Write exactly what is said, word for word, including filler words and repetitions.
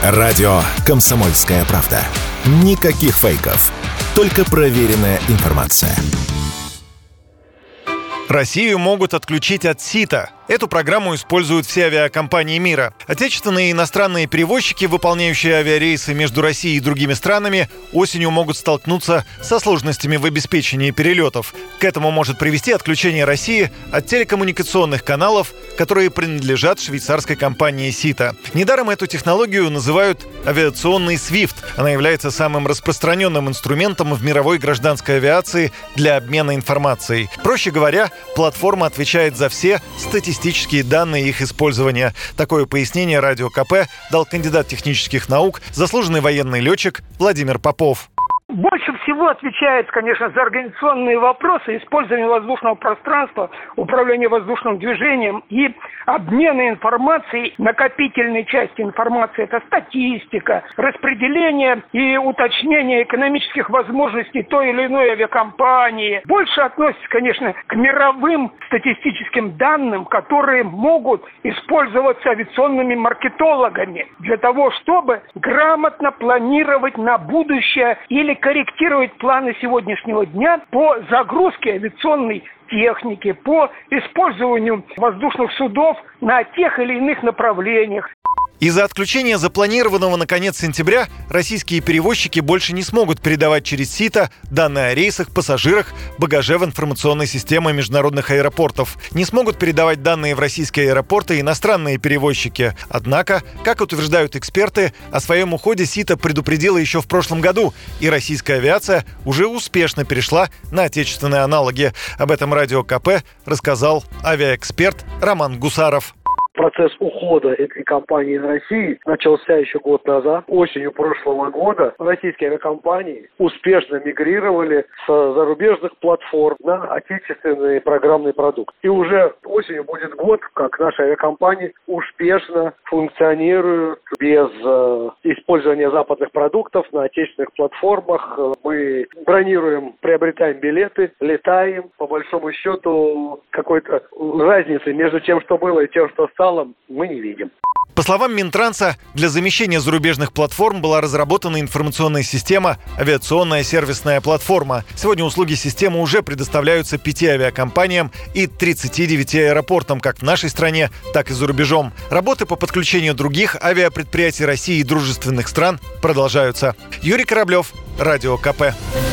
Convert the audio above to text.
Радио «Комсомольская правда». Никаких фейков. Только проверенная информация. Россию могут отключить от СИТа. Эту программу используют все авиакомпании мира. Отечественные и иностранные перевозчики, выполняющие авиарейсы между Россией и другими странами, осенью могут столкнуться со сложностями в обеспечении перелетов. К этому может привести отключение России от телекоммуникационных каналов, которые принадлежат швейцарской компании СИТа. Недаром эту технологию называют авиационный свифт. Она является самым распространенным инструментом в мировой гражданской авиации для обмена информацией. Проще говоря, платформа отвечает за все статистические данные их использования. Такое пояснение Радио КП дал кандидат технических наук, заслуженный военный летчик Владимир Попов. Больше всего отвечает, конечно, за организационные вопросы использования воздушного пространства, управления воздушным движением и обмена информацией. Накопительной части информации – это статистика, распределение и уточнение экономических возможностей той или иной авиакомпании. Больше относится, конечно, к мировым статистическим данным, которые могут использоваться авиационными маркетологами для того, чтобы грамотно планировать на будущее или корректировать планы сегодняшнего дня по загрузке авиационной техники, по использованию воздушных судов на тех или иных направлениях. Из-за отключения запланированного на конец сентября российские перевозчики больше не смогут передавать через СИТа данные о рейсах, пассажирах, багаже в информационной системе международных аэропортов. Не смогут передавать данные в российские аэропорты иностранные перевозчики. Однако, как утверждают эксперты, о своем уходе СИТа предупредила еще в прошлом году, и российская авиация уже успешно перешла на отечественные аналоги. Об этом Радио КП рассказал авиаэксперт Роман Гусаров. Процесс ухода этой компании из России начался еще год назад. Осенью прошлого года российские авиакомпании успешно мигрировали с зарубежных платформ на отечественный программный продукт. И уже осенью будет год, как наши авиакомпании успешно функционируют без э, использования западных продуктов на отечественных платформах. Мы бронируем, приобретаем билеты, летаем. По большому счету, какой-то разницы между тем, что было, и тем, что стало, мы не видим. По словам Минтранса, для замещения зарубежных платформ была разработана информационная система «Авиационная сервисная платформа». Сегодня услуги системы уже предоставляются пяти авиакомпаниям и тридцати девяти аэропортам, как в нашей стране, так и за рубежом. Работы по подключению других авиапредприятий России и дружественных стран продолжаются. Юрий Кораблев, Радио КП.